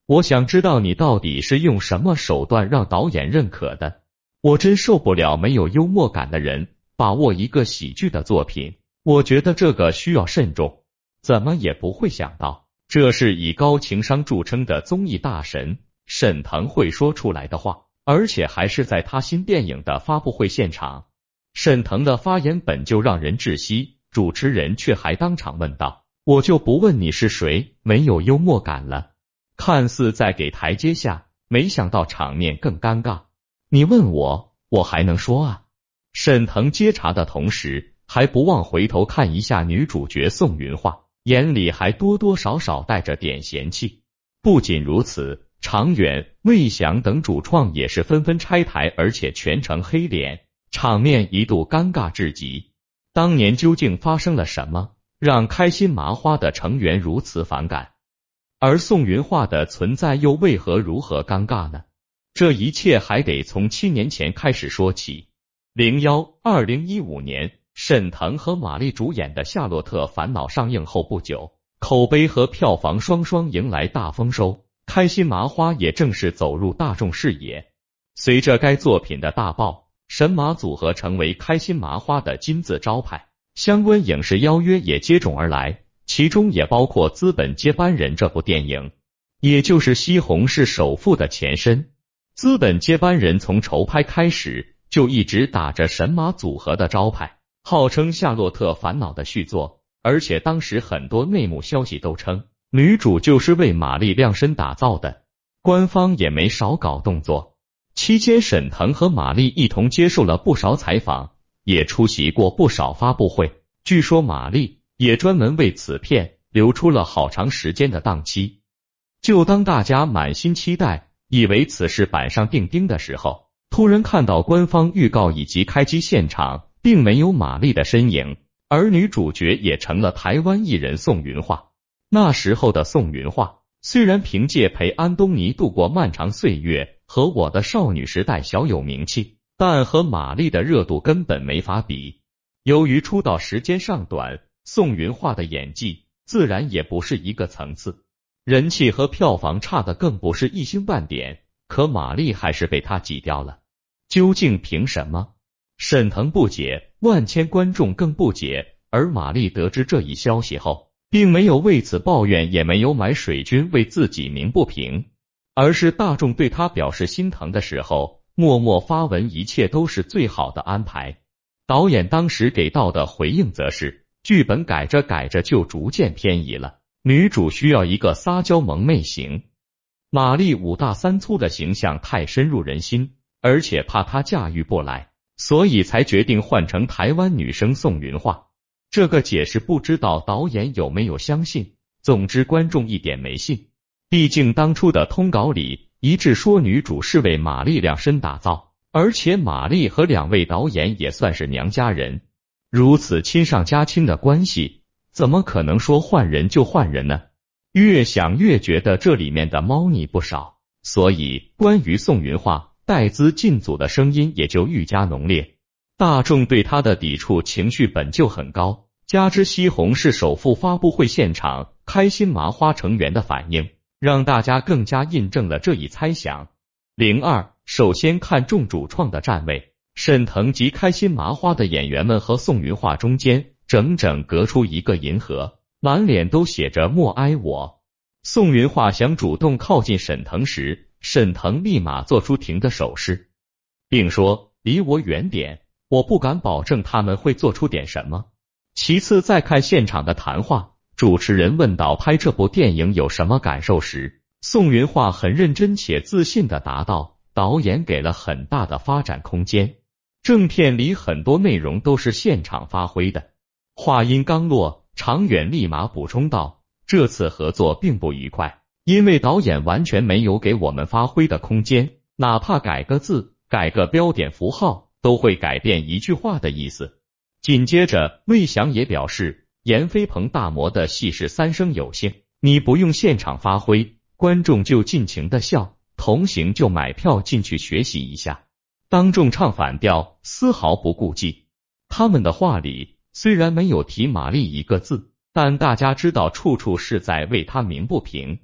我想知道你到底是用什么手段让导演认可的。我真受不了没有幽默感的人把握一个喜剧的作品，我觉得这个需要慎重。怎么也不会想到，这是以高情商著称的综艺大神沈腾会说出来的话，而且还是在他新电影的发布会现场。沈腾的发言本就让人窒息，主持人却还当场问道：“我就不问你是谁，没有幽默感了。”看似在给台阶下，没想到场面更尴尬。你问我，我还能说啊？沈腾接茬的同时，还不忘回头看一下女主角宋云桦，眼里还多多少少带着点嫌弃。不仅如此，常远、魏翔等主创也是纷纷拆台，而且全程黑脸，场面一度尴尬至极。当年究竟发生了什么，让开心麻花的成员如此反感？而宋云桦的存在又为何如何尴尬呢？这一切还得从7年前开始说起。2015年，沈腾和马丽主演的《夏洛特烦恼》上映后不久，口碑和票房双双迎来大丰收，开心麻花也正式走入大众视野。随着该作品的大爆，神马组合成为开心麻花的金字招牌，相关影视邀约也接踵而来，其中也包括《资本接班人》这部电影，也就是西红柿首富的前身。资本接班人从筹拍开始就一直打着神马组合的招牌，号称夏洛特烦恼的续作，而且当时很多内幕消息都称女主就是为马丽量身打造的，官方也没少搞动作。期间沈腾和马丽一同接受了不少采访，也出席过不少发布会，据说马丽也专门为此片留出了好长时间的档期。就当大家满心期待，以为此事板上钉钉的时候，突然看到官方预告以及开机现场并没有马丽的身影，而女主角也成了台湾艺人宋云桦。那时候的宋云桦虽然凭借陪安东尼度过漫长岁月和我的少女时代小有名气，但和马丽的热度根本没法比。由于出道时间尚短，宋云桦的演技自然也不是一个层次，人气和票房差的更不是一星半点，可马丽还是被他挤掉了。究竟凭什么？沈腾不解，万千观众更不解，而马丽得知这一消息后，并没有为此抱怨，也没有买水军为自己鸣不平，而是大众对他表示心疼的时候，默默发文一切都是最好的安排。导演当时给到的回应则是，剧本改着改着就逐渐偏移了，女主需要一个撒娇萌妹型。马丽五大三粗的形象太深入人心，而且怕她驾驭不来，所以才决定换成台湾女生宋云桦。这个解释不知道导演有没有相信，总之观众一点没信。毕竟当初的通稿里一致说女主是为马丽量身打造，而且马丽和两位导演也算是娘家人，如此亲上加亲的关系，怎么可能说换人就换人呢？越想越觉得这里面的猫腻不少，所以关于宋云桦带资进组的声音也就愈加浓烈。大众对他的抵触情绪本就很高，加之西红柿首富发布会现场开心麻花成员的反应，让大家更加印证了这一猜想。首先看重主创的站位，沈腾及开心麻花的演员们和宋云桦中间整整隔出一个银河，满脸都写着莫哀我。宋云桦想主动靠近沈腾时，沈腾立马做出停的手势，并说离我远点，我不敢保证他们会做出点什么。其次再看现场的谈话，主持人问到拍这部电影有什么感受时，宋云桦很认真且自信地答道，导演给了很大的发展空间，正片里很多内容都是现场发挥的。话音刚落，常远立马补充道，这次合作并不愉快，因为导演完全没有给我们发挥的空间，哪怕改个字，改个标点符号，都会改变一句话的意思。紧接着魏翔也表示，严飞鹏大魔的戏是三生有幸，你不用现场发挥，观众就尽情的笑，同行就买票进去学习一下。当众唱反调，丝毫不顾忌。他们的话里虽然没有提马丽一个字，但大家知道处处是在为他鸣不平。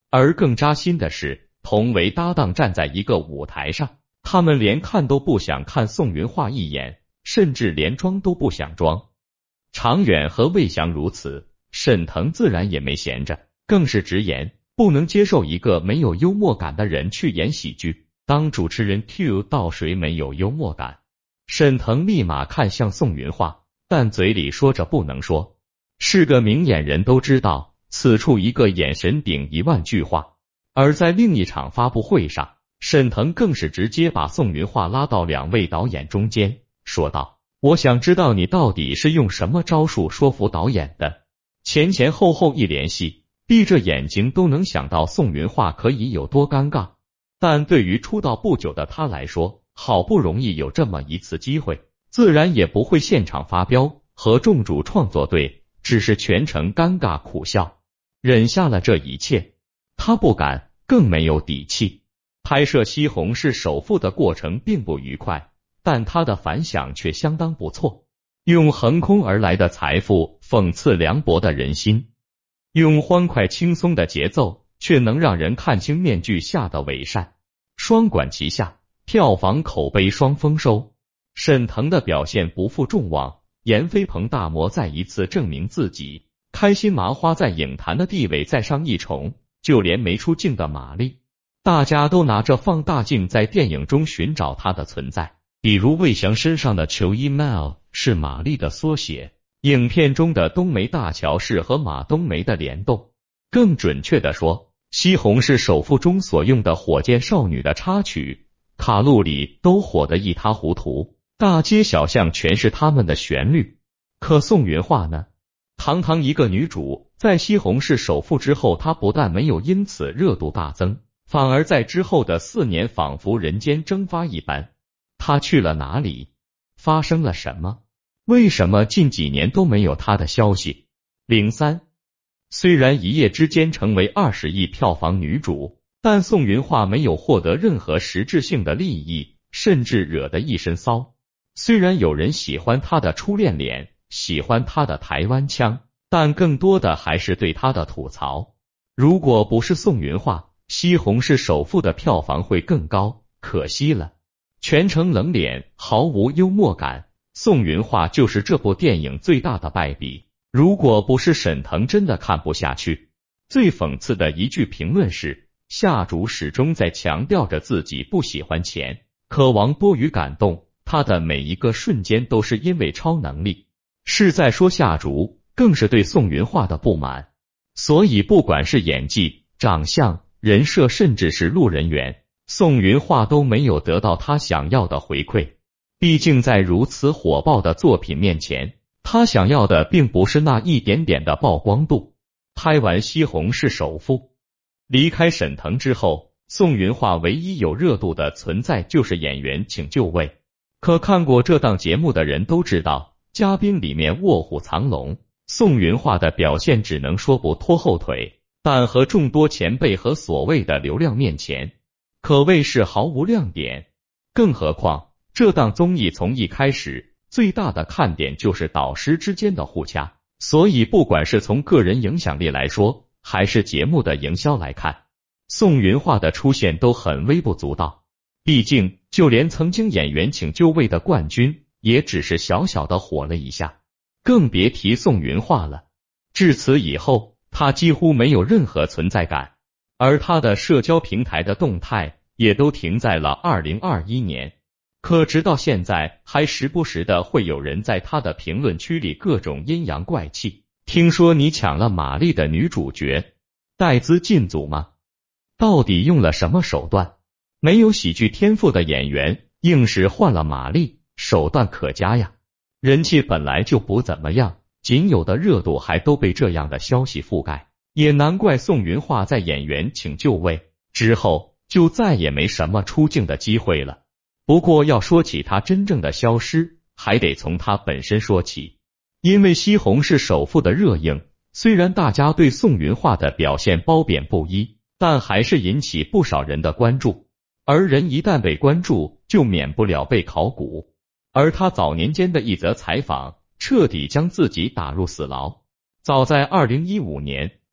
而更扎心的是，同为搭档站在一个舞台上，他们连看都不想看宋云画一眼，甚至连装都不想装。常远和魏翔如此，沈腾自然也没闲着，更是直言不能接受一个没有幽默感的人去演喜剧。当主持人 Q 到谁没有幽默感，沈腾立马看向宋云画，但嘴里说着不能说。是个明眼人都知道，此处一个眼神顶10000句话。而在另一场发布会上，沈腾更是直接把宋云画拉到2位导演中间，说道：我想知道你到底是用什么招数说服导演的。前前后后一连戏，闭着眼睛都能想到宋云画可以有多尴尬。但对于出道不久的他来说，好不容易有这么一次机会，自然也不会现场发飙，和众主创作队只是全程尴尬苦笑，忍下了这一切。他不敢，更没有底气。拍摄《西红柿首富》的过程并不愉快，但他的反响却相当不错，用横空而来的财富讽刺凉薄的人心，用欢快轻松的节奏却能让人看清面具下的伪善，双管齐下，票房口碑双丰收。沈腾的表现不负众望，闫飞鹏大魔再一次证明自己，开心麻花在影坛的地位再上一重，就连没出镜的马丽，大家都拿着放大镜在电影中寻找她的存在。比如魏翔身上的球衣 Mel 是马丽的缩写，影片中的冬梅大桥是和马冬梅的联动。更准确的说，西红柿首富中所用的火箭少女的插曲，卡路里都火得一塌糊涂，大街小巷全是他们的旋律。可宋云画呢？堂堂一个女主，在西红柿首富之后，她不但没有因此热度大增，反而在之后的4年仿佛人间蒸发一般。她去了哪里？发生了什么？为什么近几年都没有她的消息？03虽然一夜之间成为20亿票房女主，但宋云画没有获得任何实质性的利益，甚至惹得一身骚。虽然有人喜欢她的初恋脸，喜欢她的台湾腔，但更多的还是对她的吐槽。如果不是宋云画，西红柿首富的票房会更高，可惜了。全程冷脸，毫无幽默感，宋云画就是这部电影最大的败笔。如果不是沈腾真的看不下去。最讽刺的一句评论是，夏竹始终在强调着自己不喜欢钱，渴望多于感动，他的每一个瞬间都是因为超能力。是在说夏竹，更是对宋云画的不满。所以不管是演技、长相、人设，甚至是路人缘，宋云画都没有得到他想要的回馈。毕竟在如此火爆的作品面前，他想要的并不是那一点点的曝光度。拍完《西红柿首富》，离开沈腾之后，宋云画唯一有热度的存在就是演员请就位。可看过这档节目的人都知道，嘉宾里面卧虎藏龙，宋云画的表现只能说不拖后腿，但和众多前辈和所谓的流量面前，可谓是毫无亮点。更何况这档综艺从一开始最大的看点就是导师之间的互掐，所以不管是从个人影响力来说，还是节目的营销来看，宋云画的出现都很微不足道。毕竟就连曾经演员请就位的冠军也只是小小的火了一下，更别提宋云画了。至此以后，他几乎没有任何存在感，而他的社交平台的动态也都停在了2021年。可直到现在，还时不时的会有人在他的评论区里各种阴阳怪气。听说你抢了马丽的女主角，带资进组吗？到底用了什么手段？没有喜剧天赋的演员，硬是换了马丽，手段可嘉呀。人气本来就不怎么样，仅有的热度还都被这样的消息覆盖，也难怪宋云画在演员请就位之后，就再也没什么出镜的机会了。不过要说起他真正的消失，还得从他本身说起。因为西红柿首富的热映，虽然大家对宋云画的表现褒贬不一，但还是引起不少人的关注。而人一旦被关注，就免不了被考古。而他早年间的一则采访，彻底将自己打入死牢。早在2015年，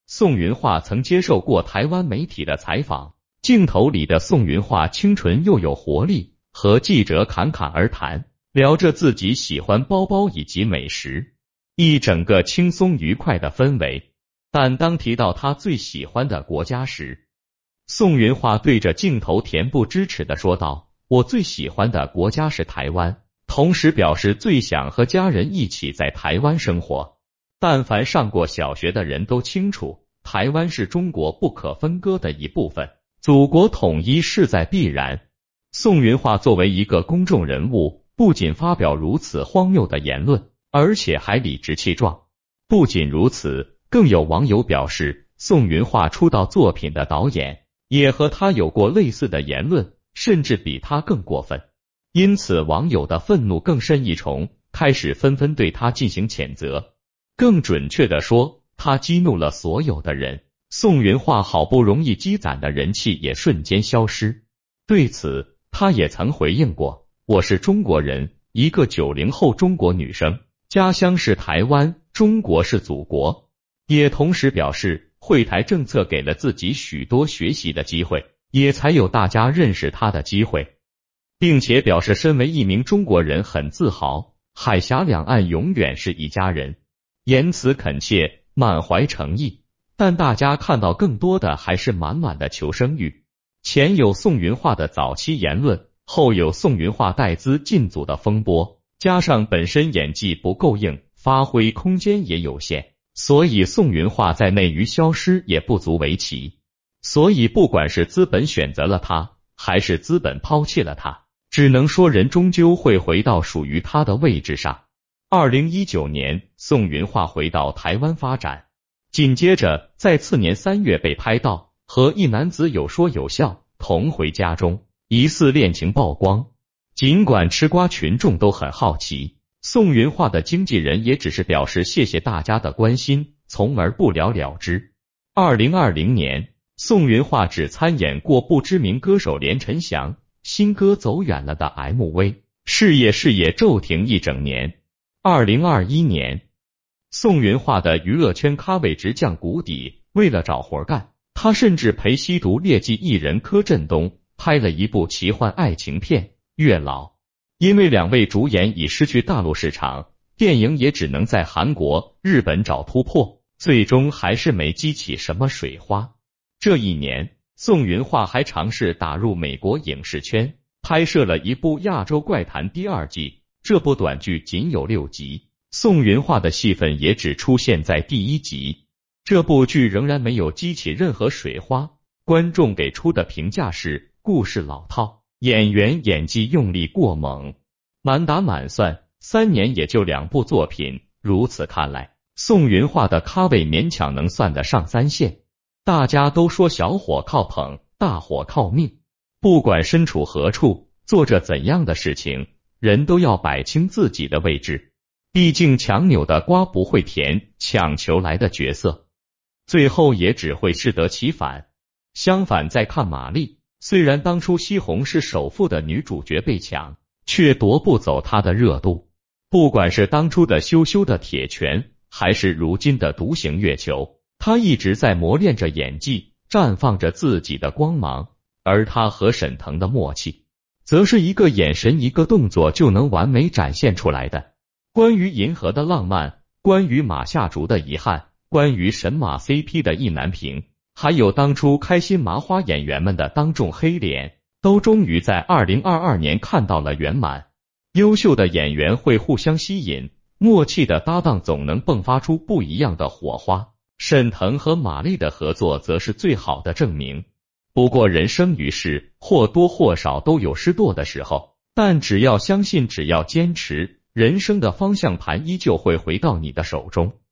宋云桦曾接受过台湾媒体的采访，镜头里的宋云桦清纯又有活力，和记者侃侃而谈，聊着自己喜欢包包以及美食，一整个轻松愉快的氛围。但当提到他最喜欢的国家时，宋云桦对着镜头恬不知耻地说道：“我最喜欢的国家是台湾。”同时表示最想和家人一起在台湾生活。但凡上过小学的人都清楚，台湾是中国不可分割的一部分，祖国统一势在必然。宋云桦作为一个公众人物，不仅发表如此荒谬的言论，而且还理直气壮。不仅如此，更有网友表示，宋云桦出道作品的导演也和他有过类似的言论，甚至比他更过分。因此网友的愤怒更甚一重，开始纷纷对他进行谴责。更准确地说，他激怒了所有的人，宋云桦好不容易积攒的人气也瞬间消失。对此，他也曾回应过：“我是中国人，一个90后中国女生，家乡是台湾，中国是祖国。”也同时表示，惠台政策给了自己许多学习的机会，也才有大家认识他的机会，并且表示身为一名中国人很自豪，海峡两岸永远是一家人，言辞恳切，满怀诚意。但大家看到更多的还是满满的求生欲。前有宋云桦的早期言论，后有宋云桦带资进组的风波，加上本身演技不够硬，发挥空间也有限，所以宋云桦在内娱消失也不足为奇。所以不管是资本选择了他，还是资本抛弃了他，只能说人终究会回到属于他的位置上。2019年，宋云桦回到台湾发展，紧接着在次年3月被拍到和一男子有说有笑同回家中，疑似恋情曝光。尽管吃瓜群众都很好奇，宋云桦的经纪人也只是表示谢谢大家的关心，从而不了了之。2020年，宋云桦只参演过不知名歌手连晨翔新歌走远了的 MV， 事业骤停一整年。2021年，宋云桦的娱乐圈咖位直降谷底，为了找活干，他甚至陪吸毒劣迹艺人柯震东拍了一部奇幻爱情片《月老》。因为两位主演已失去大陆市场，电影也只能在韩国、日本找突破，最终还是没激起什么水花。这一年，宋云桦还尝试打入美国影视圈，拍摄了一部《亚洲怪谈》第2季，这部短剧仅有6集，宋云桦的戏份也只出现在第1集。这部剧仍然没有激起任何水花，观众给出的评价是故事老套，演员演技用力过猛，满打满算3年也就2部作品。如此看来，宋云桦的咖位勉强能算得上3线。大家都说小火靠捧，大火靠命，不管身处何处，做着怎样的事情，人都要摆清自己的位置。毕竟强扭的瓜不会甜，强求来的角色最后也只会适得其反。相反，再看马丽，虽然当初西红柿首富的女主角被抢，却夺不走她的热度。不管是当初的羞羞的铁拳，还是如今的独行月球，她一直在磨练着演技，绽放着自己的光芒。而她和沈腾的默契，则是一个眼神一个动作就能完美展现出来的。关于银河的浪漫，关于马夏竹的遗憾，关于神马 CP 的意难平，还有当初开心麻花演员们的当众黑脸，都终于在2022年看到了圆满。优秀的演员会互相吸引，默契的搭档总能迸发出不一样的火花。沈腾和马丽的合作则是最好的证明。不过人生于世，或多或少都有失舵的时候，但只要相信，只要坚持，人生的方向盘依旧会回到你的手中。